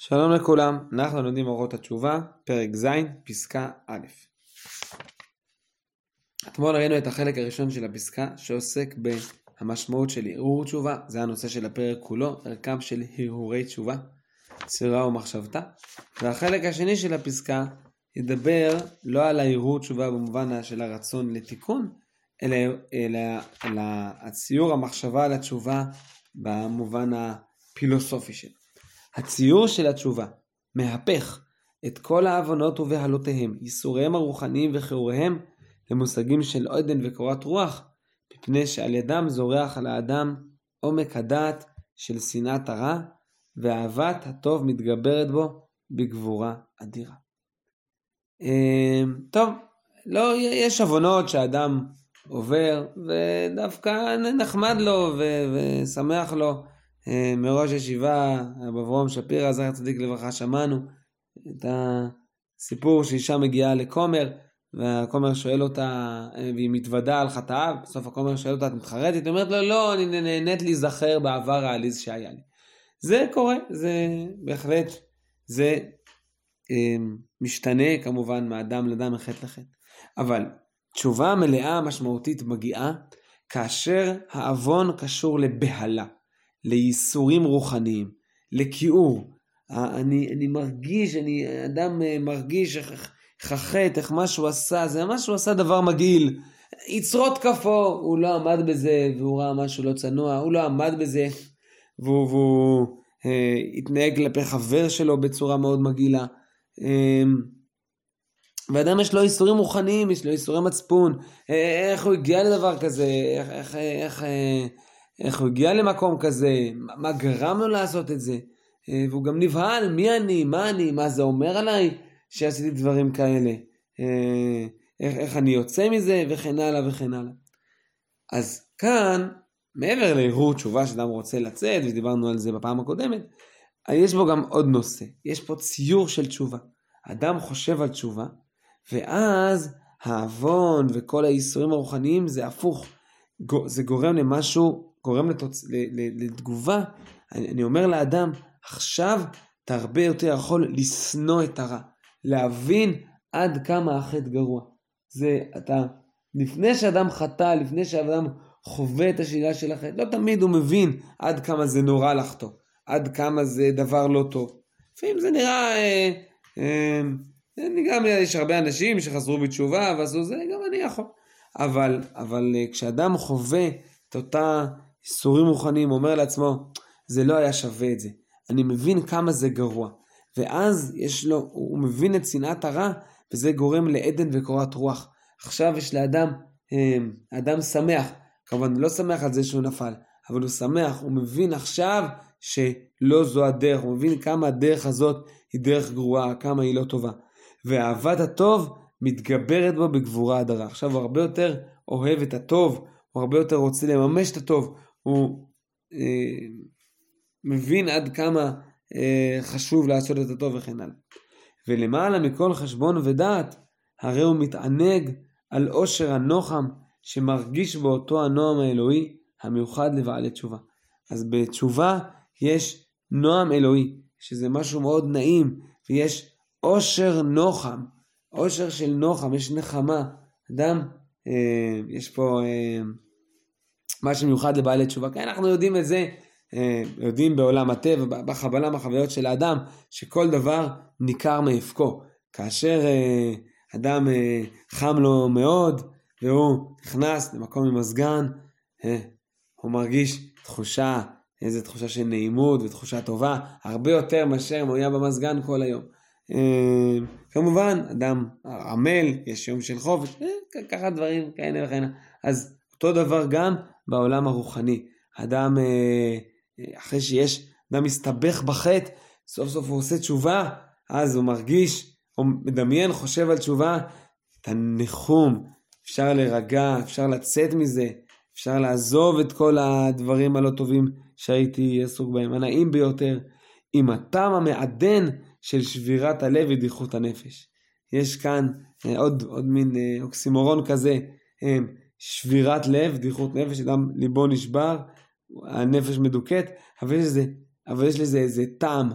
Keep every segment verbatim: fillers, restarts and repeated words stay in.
שלום לכולם, אנחנו לומדים אורות התשובה, פרק ז', פסקה א'. אתמול ראינו את החלק הראשון של הפסקה שעוסק בהמשמעות של הרהור תשובה, זה הנושא של הפרק כולו, ערכם של הרהורי תשובה, צירה ומחשבתה. והחלק השני של הפסקה ידבר לא על ההרהור תשובה במובן של הרצון לתיקון, אלא, אלא, אלא הציור המחשבה על התשובה במובן הפילוסופי שלה. הציור של התשובה מהפך את כל העוונות ובהלותיהם, ייסוריהם הרוחניים וחירוריהם למושגים של עדן וקורת רוח, מפני שעל ידם זורח על האדם עומק הדעת של שנאת הרע, ואהבת הטוב מתגברת בו בגבורה אדירה. טוב, לא, יש עוונות שהאדם עובר, ודווקא נחמד לו ו- ושמח לו. מראש ישיבה, רב אברהם שפירא זכר צדיק לברכה, שמענו את הסיפור שאישה מגיעה לכומר, והכומר שואל אותה, והיא מתוודה על חטאיו, בסוף הכומר שואל אותה, את מתחרטת? היא אומרת לו, לא, אני נהנית להיזכר בעבר העליז שהיה לי. זה קורה, זה בהחלט, זה אה, משתנה כמובן מאדם לאדם מחטא לחטא. אבל תשובה מלאה משמעותית מגיעה, כאשר העוון קשור לבהלה, לייסורים רוחניים, לכיעור. אני, אני מרגיש, אני אדם מרגיש איך חטא, איך משהו עשה, זה משהו עשה דבר מגעיל. יצרות כפו, הוא לא עמד בזה, והוא ראה משהו לא צנוע, הוא לא עמד בזה, והוא, והוא אה, התנהג כלפי חבר שלו בצורה מאוד מגעילה. אה, ואדם יש לו ייסורים רוחניים, יש לו ייסורי מצפון, אה, איך הוא הגיע לדבר כזה, איך, איך, איך, אה, איך הוא הגיע למקום כזה, מה גרם לו לעשות את זה, והוא גם נבהל, מי אני, מה אני, מה זה אומר עליי, שעשיתי דברים כאלה, איך, איך אני יוצא מזה, וכן הלאה וכן הלאה. אז כאן, מעבר להרהור תשובה שאדם רוצה לצאת, ודיברנו על זה בפעם הקודמת, יש בו גם עוד נושא, יש פה ציור של תשובה. אדם חושב על תשובה, ואז העוון וכל הייסורים הרוחניים זה הפוך, זה גורם למשהו, גורם לתוצ... לתגובה. אני, אני אומר לאדם, עכשיו אתה הרבה יותר יכול לשנוא את הרע, להבין עד כמה החטא גרוע. זה אתה, לפני שאדם חטא, לפני שאדם חווה את השלילה של החטא, לא תמיד הוא מבין עד כמה זה נורא לחטוא, עד כמה זה דבר לא טוב. לפעמים זה נראה, אה, אה, אני גם יש הרבה אנשים שחזרו בתשובה ועשו זה, גם אני יכול. אבל, אבל כשאדם חווה את אותה ייסורים רוחניים, אומר לעצמו, זה לא היה שווה את זה. אני מבין כמה זה גרוע. ואז יש לו, הוא מבין את שנאת הרע, וזה גורם לעדן וקורת רוח. עכשיו יש לאדם, אדם שמח, כמובן לא שמח על זה שהוא נפל, אבל הוא שמח, הוא מבין עכשיו שלא זו הדרך, הוא מבין כמה הדרך הזאת היא דרך גרועה, כמה היא לא טובה. ואהבת הטוב מתגברת בו בגבורה אדירה. עכשיו הוא הרבה יותר אוהב את הטוב, הוא הרבה יותר רוצה לממש את הטוב, הוא אה, מבין עד כמה אה, חשוב לעשות את הטוב וכן הלאה. ולמעלה מכל חשבון ודעת, הרי הוא מתענג על עושר הנוחם שמרגיש באותו הנועם האלוהי המיוחד לבעלי תשובה. אז בתשובה יש נועם אלוהי, שזה משהו מאוד נעים, ויש עושר נוחם, עושר של נוחם, יש נחמה. אדם, אה, יש פה אה, משהו מיוחד לבעלי תשובה, כי אנחנו יודעים את זה, אה, יודעים בעולם הטבע, בחבלה, בחוויות של האדם, שכל דבר ניכר מאפקו. כאשר אה, אדם אה, חם לו מאוד, והוא נכנס למקום עם מזגן, אה, הוא מרגיש תחושה, איזו תחושה של נעימות ותחושה טובה, הרבה יותר מאשר הוא היה במזגן כל היום. Uh, כמובן, אדם עמל, יש יום של חופש, uh, ככה דברים כאלה וכאלה. אז אותו דבר גם בעולם הרוחני. אדם, uh, אחרי שיש, אדם מסתבך בחטא, סוף סוף הוא עושה תשובה, אז הוא מרגיש, הוא מדמיין, חושב על תשובה, את הניחום, אפשר לרגע, אפשר לצאת מזה, אפשר לעזוב את כל הדברים הלא טובים שהייתי עסוק בהם, הנעים ביותר, עם הטעם המעדן של שבירת הלב ודיחות הנפש. יש כאן אה, עוד, עוד מין אה, אוקסימורון כזה, אה, שבירת לב, דיחות נפש, אדם ליבו נשבר, הנפש מדוכאת, אבל יש לזה, אבל יש לזה איזה טעם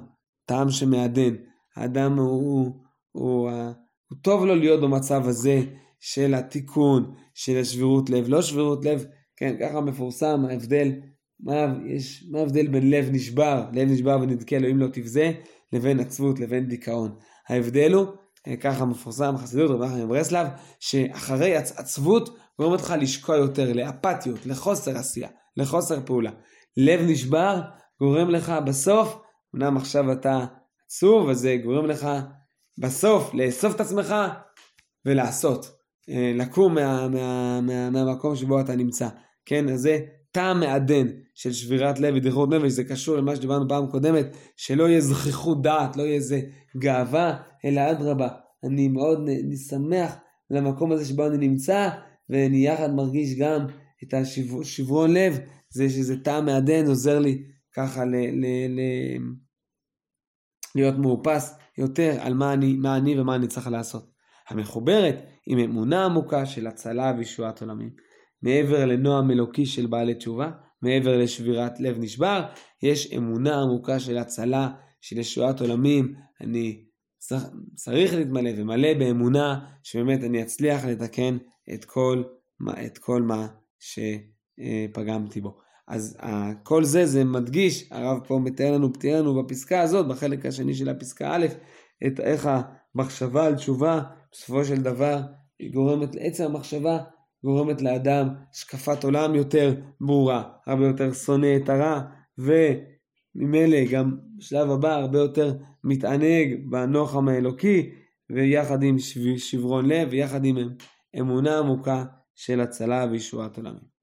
טעם שמעדן. האדם הוא, הוא, הוא, הוא טוב לו להיות במצב הזה של התיקון, של השבירות לב. לא שבירות לב, כן, ככה מפורסם, ההבדל, מה, יש, מה ההבדל בין לב נשבר, לב נשבר ונדכה אלוהים לא תבזה, לבין עצבות, לבין דיכאון. ההבדל הוא, ככה מפורסם, חסידות רבי נחמן מברסלב, שאחרי עצבות גורמת לך לשקוע יותר, לאפתיות, לחוסר עשייה, לחוסר פעולה. לב נשבר גורם לך בסוף, אמנם עכשיו אתה עצוב, אז זה גורם לך בסוף לאסוף את עצמך ולעשות, לקום מה, מה, מה, מהמקום שבו אתה נמצא. כן, אז זה טעם מעדן של שבירת לב ודריכות נפש. זה קשור למה שדיברנו פעם קודמת, שלא יהיה זכיחות דעת, לא יהיה איזה גאווה, אלא אדרבה. אני מאוד נשמח למקום הזה שבו אני נמצא, ואני יחד מרגיש גם את השברון לב, זה שזה טעם מעדן, עוזר לי ככה ל, ל, ל, להיות מאופס יותר על מה אני, מה אני ומה אני צריך לעשות. המחוברת עם אמונה עמוקה של הצלה וישועת עולמים. מעבר לנועם אלוקי של בעלי תשובה, מעבר לשבירת לב נשבר, יש אמונה עמוקה של הצלה, של ישועת עולמים. אני צריך להתמלא ומלא באמונה שבאמת אני אצליח לתקן את כל, את כל מה שפגמתי בו. אז כל זה זה מדגיש, הרב פה מתאר לנו, מתאר לנו בפסקה הזאת, בחלק השני של הפסקה א', את איך המחשבה על תשובה, בסופו של דבר, היא גורמת, לעצם המחשבה, גורמת לאדם השקפת עולם יותר ברורה, הרבה יותר שונא את הרע, וממילא גם בשלב הבא הרבה יותר מתענג בנוחם האלוקי, ויחד עם שברון לב, ויחד עם אמונה עמוקה של הצלה וישועת עולמים.